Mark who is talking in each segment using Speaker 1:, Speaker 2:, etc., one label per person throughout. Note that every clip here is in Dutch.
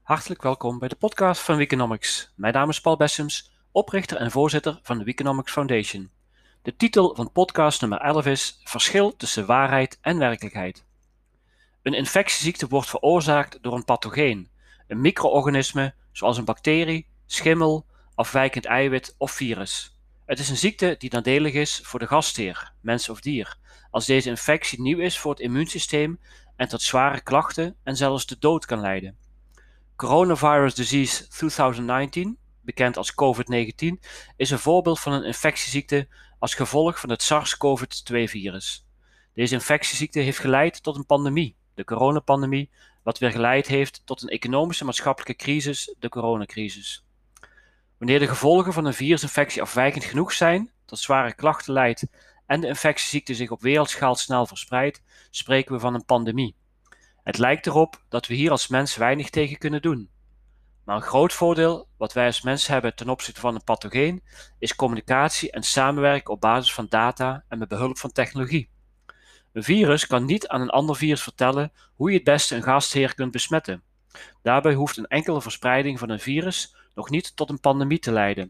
Speaker 1: Hartelijk welkom bij de podcast van Weekonomics. Mijn naam is Paul Bessems, oprichter en voorzitter van de Weekonomics Foundation. De titel van podcast nummer 11 is Verschil tussen waarheid en werkelijkheid. Een infectieziekte wordt veroorzaakt door een pathogeen, een micro-organisme zoals een bacterie, schimmel, afwijkend eiwit of virus. Het is een ziekte die nadelig is voor de gastheer, mens of dier, als deze infectie nieuw is voor het immuunsysteem en tot zware klachten en zelfs de dood kan leiden. Coronavirus Disease 2019, bekend als COVID-19, is een voorbeeld van een infectieziekte als gevolg van het SARS-CoV-2-virus. Deze infectieziekte heeft geleid tot een pandemie, de coronapandemie, wat weer geleid heeft tot een economische maatschappelijke crisis, de coronacrisis. Wanneer de gevolgen van een virusinfectie afwijkend genoeg zijn, tot zware klachten leidt en de infectieziekte zich op wereldschaal snel verspreidt, spreken we van een pandemie. Het lijkt erop dat we hier als mens weinig tegen kunnen doen. Maar een groot voordeel wat wij als mens hebben ten opzichte van een pathogeen is communicatie en samenwerken op basis van data en met behulp van technologie. Een virus kan niet aan een ander virus vertellen hoe je het beste een gastheer kunt besmetten. Daarbij hoeft een enkele verspreiding van een virus nog niet tot een pandemie te leiden.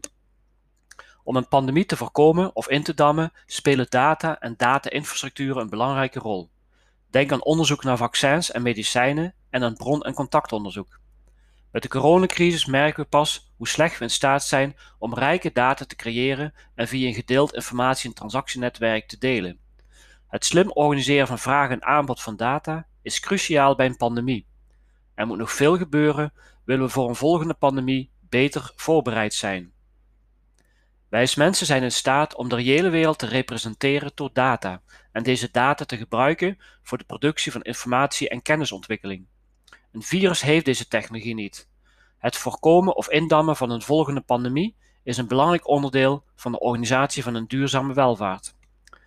Speaker 1: Om een pandemie te voorkomen of in te dammen spelen data en data-infrastructuren een belangrijke rol. Denk aan onderzoek naar vaccins en medicijnen en aan bron- en contactonderzoek. Met de coronacrisis merken we pas hoe slecht we in staat zijn om rijke data te creëren en via een gedeeld informatie- en transactienetwerk te delen. Het slim organiseren van vraag en aanbod van data is cruciaal bij een pandemie. Er moet nog veel gebeuren, willen we voor een volgende pandemie beter voorbereid zijn. Wij als mensen zijn in staat om de reële wereld te representeren door data en deze data te gebruiken voor de productie van informatie en kennisontwikkeling. Een virus heeft deze technologie niet. Het voorkomen of indammen van een volgende pandemie is een belangrijk onderdeel van de organisatie van een duurzame welvaart.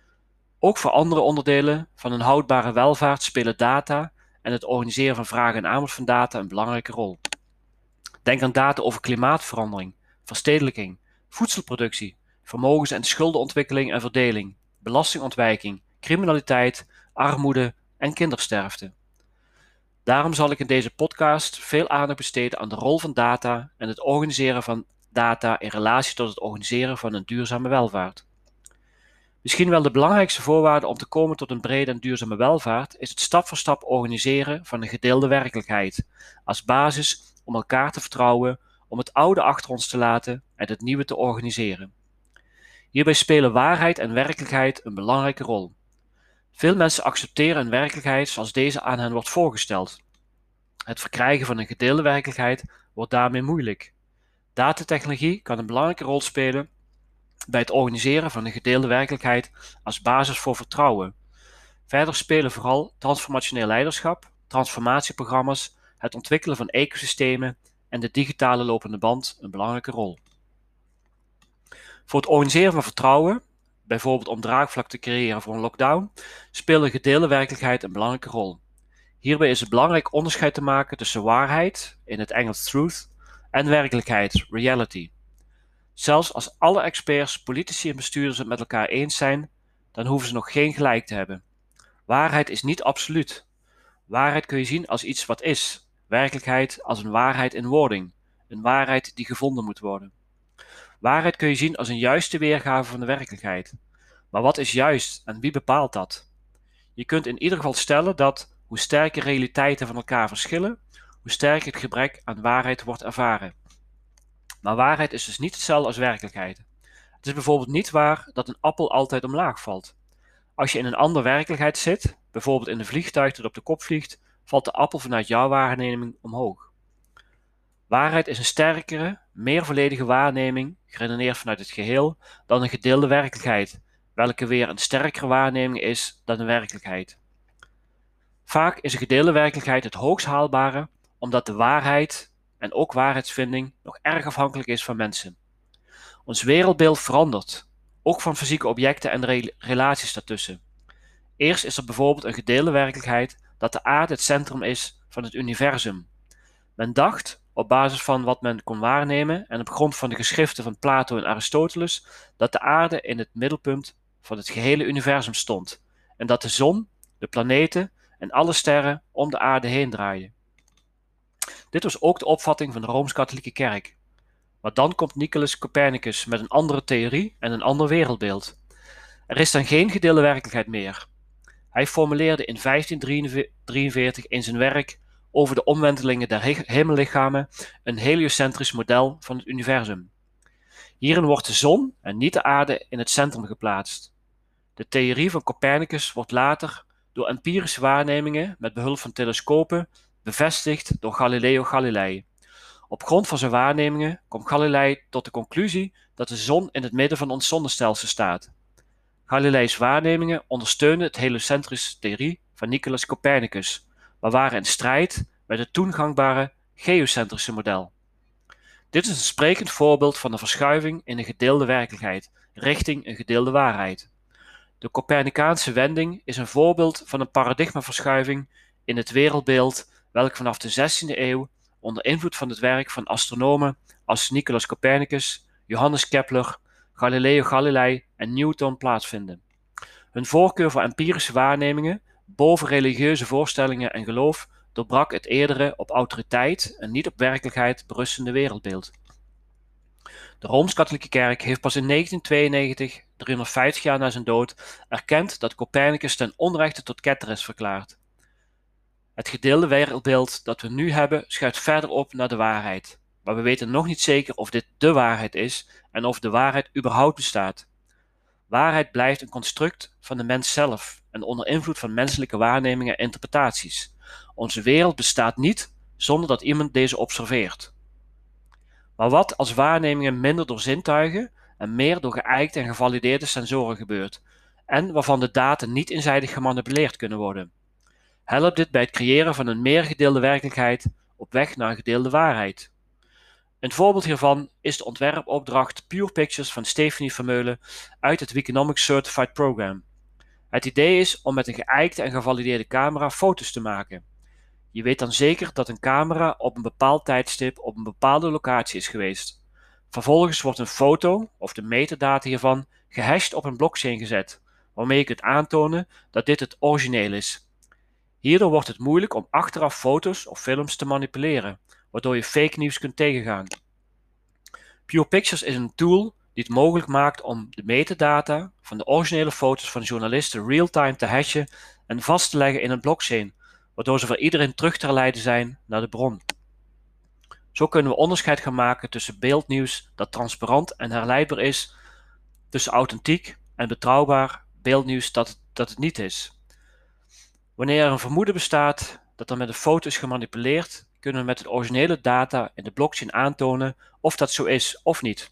Speaker 1: Ook voor andere onderdelen van een houdbare welvaart spelen data en het organiseren van vraag en aanbod van data een belangrijke rol. Denk aan data over klimaatverandering, verstedelijking, voedselproductie, vermogens- en schuldenontwikkeling en verdeling, belastingontwijking, criminaliteit, armoede en kindersterfte. Daarom zal ik in deze podcast veel aandacht besteden aan de rol van data en het organiseren van data in relatie tot het organiseren van een duurzame welvaart. Misschien wel de belangrijkste voorwaarde om te komen tot een brede en duurzame welvaart is het stap voor stap organiseren van een gedeelde werkelijkheid, als basis om elkaar te vertrouwen, om het oude achter ons te laten en het nieuwe te organiseren. Hierbij spelen waarheid en werkelijkheid een belangrijke rol. Veel mensen accepteren een werkelijkheid zoals deze aan hen wordt voorgesteld. Het verkrijgen van een gedeelde werkelijkheid wordt daarmee moeilijk. Datatechnologie kan een belangrijke rol spelen bij het organiseren van een gedeelde werkelijkheid als basis voor vertrouwen. Verder spelen vooral transformationeel leiderschap, transformatieprogramma's, het ontwikkelen van ecosystemen en de digitale lopende band een belangrijke rol. Voor het organiseren van vertrouwen, bijvoorbeeld om draagvlak te creëren voor een lockdown, speelt de gedeelde werkelijkheid een belangrijke rol. Hierbij is het belangrijk onderscheid te maken tussen waarheid, in het Engels truth, en werkelijkheid, reality. Zelfs als alle experts, politici en bestuurders het met elkaar eens zijn, dan hoeven ze nog geen gelijk te hebben. Waarheid is niet absoluut. Waarheid kun je zien als iets wat is, werkelijkheid als een waarheid in wording, een waarheid die gevonden moet worden. Waarheid kun je zien als een juiste weergave van de werkelijkheid. Maar wat is juist en wie bepaalt dat? Je kunt in ieder geval stellen dat, hoe sterker realiteiten van elkaar verschillen, hoe sterker het gebrek aan waarheid wordt ervaren. Maar waarheid is dus niet hetzelfde als werkelijkheid. Het is bijvoorbeeld niet waar dat een appel altijd omlaag valt. Als je in een andere werkelijkheid zit, bijvoorbeeld in een vliegtuig dat op de kop vliegt, valt de appel vanuit jouw waarneming omhoog. Waarheid is een sterkere, meer volledige waarneming, geredeneerd vanuit het geheel, dan een gedeelde werkelijkheid, welke weer een sterkere waarneming is dan de werkelijkheid. Vaak is een gedeelde werkelijkheid het hoogst haalbare, omdat de waarheid en ook waarheidsvinding nog erg afhankelijk is van mensen. Ons wereldbeeld verandert, ook van fysieke objecten en relaties daartussen. Eerst is er bijvoorbeeld een gedeelde werkelijkheid dat de aarde het centrum is van het universum. Men dacht, op basis van wat men kon waarnemen en op grond van de geschriften van Plato en Aristoteles, dat de aarde in het middelpunt van het gehele universum stond en dat de zon, de planeten en alle sterren om de aarde heen draaiden. Dit was ook de opvatting van de Rooms-Katholieke Kerk. Maar dan komt Nicolaas Copernicus met een andere theorie en een ander wereldbeeld. Er is dan geen gedeelde werkelijkheid meer. Hij formuleerde in 1543 in zijn werk over de omwentelingen der hemellichamen een heliocentrisch model van het universum. Hierin wordt de zon en niet de aarde in het centrum geplaatst. De theorie van Copernicus wordt later door empirische waarnemingen met behulp van telescopen bevestigd door Galileo Galilei. Op grond van zijn waarnemingen komt Galilei tot de conclusie dat de zon in het midden van ons zonnestelsel staat. Galilei's waarnemingen ondersteunden het heliocentrische theorie van Nicolaas Copernicus, maar waren in strijd met het toen gangbare geocentrische model. Dit is een sprekend voorbeeld van de verschuiving in een gedeelde werkelijkheid richting een gedeelde waarheid. De Copernicaanse wending is een voorbeeld van een paradigmaverschuiving in het wereldbeeld, welke vanaf de 16e eeuw onder invloed van het werk van astronomen als Nicolaas Copernicus, Johannes Kepler, Galileo Galilei en Newton plaatsvinden. Hun voorkeur voor empirische waarnemingen boven religieuze voorstellingen en geloof doorbrak het eerdere op autoriteit en niet op werkelijkheid berustende wereldbeeld. De Rooms-Katholieke Kerk heeft pas in 1992, 350 jaar na zijn dood, erkend dat Copernicus ten onrechte tot ketter is verklaard. Het gedeelde wereldbeeld dat we nu hebben schuift verder op naar de waarheid, maar we weten nog niet zeker of dit de waarheid is en of de waarheid überhaupt bestaat. Waarheid blijft een construct van de mens zelf en onder invloed van menselijke waarnemingen en interpretaties. Onze wereld bestaat niet zonder dat iemand deze observeert. Maar wat als waarnemingen minder door zintuigen en meer door geijkte en gevalideerde sensoren gebeurt, en waarvan de data niet eenzijdig gemanipuleerd kunnen worden? Helpt dit bij het creëren van een meer gedeelde werkelijkheid op weg naar een gedeelde waarheid? Een voorbeeld hiervan is de ontwerpopdracht Pure Pictures van Stephanie Vermeulen uit het Weekonomics Certified Program. Het idee is om met een geijkte en gevalideerde camera foto's te maken. Je weet dan zeker dat een camera op een bepaald tijdstip op een bepaalde locatie is geweest. Vervolgens wordt een foto, of de metadata hiervan, gehashed op een blockchain gezet, waarmee je kunt aantonen dat dit het origineel is. Hierdoor wordt het moeilijk om achteraf foto's of films te manipuleren, waardoor je fake nieuws kunt tegengaan. Pure Pictures is een tool die het mogelijk maakt om de metadata van de originele foto's van journalisten real-time te hashen en vast te leggen in een blockchain, waardoor ze voor iedereen terug te herleiden zijn naar de bron. Zo kunnen we onderscheid gaan maken tussen beeldnieuws dat transparant en herleidbaar is, tussen authentiek en betrouwbaar beeldnieuws dat het niet is. Wanneer er een vermoeden bestaat dat er met een foto is gemanipuleerd, kunnen we met de originele data in de blockchain aantonen of dat zo is of niet.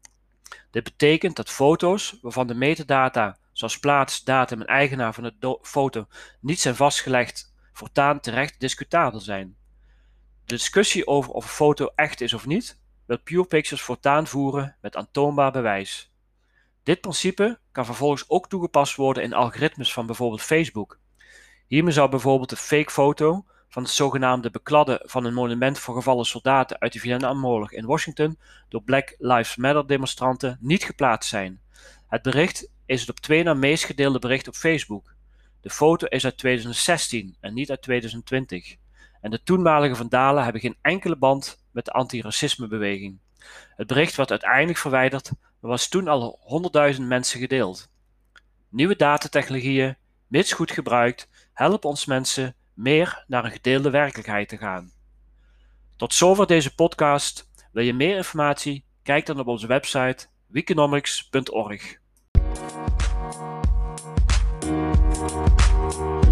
Speaker 1: Dit betekent dat foto's waarvan de metadata, zoals plaats, datum en eigenaar van de foto, niet zijn vastgelegd, voortaan terecht discutabel zijn. De discussie over of een foto echt is of niet, wil Pure Pictures voortaan voeren met aantoonbaar bewijs. Dit principe kan vervolgens ook toegepast worden in algoritmes van bijvoorbeeld Facebook. Hiermee zou bijvoorbeeld een fake foto van het zogenaamde bekladden van een monument voor gevallen soldaten uit de Vietnamoorlog in Washington door Black Lives Matter demonstranten niet geplaatst zijn. Het bericht is het op 2 na meest gedeelde bericht op Facebook. De foto is uit 2016 en niet uit 2020. En de toenmalige vandalen hebben geen enkele band met de antiracismebeweging. Het bericht werd uiteindelijk verwijderd, maar was toen al 100.000 mensen gedeeld. Nieuwe datatechnologieën, mits goed gebruikt, helpen ons mensen meer naar een gedeelde werkelijkheid te gaan. Tot zover deze podcast. Wil je meer informatie? Kijk dan op onze website weekonomics.org.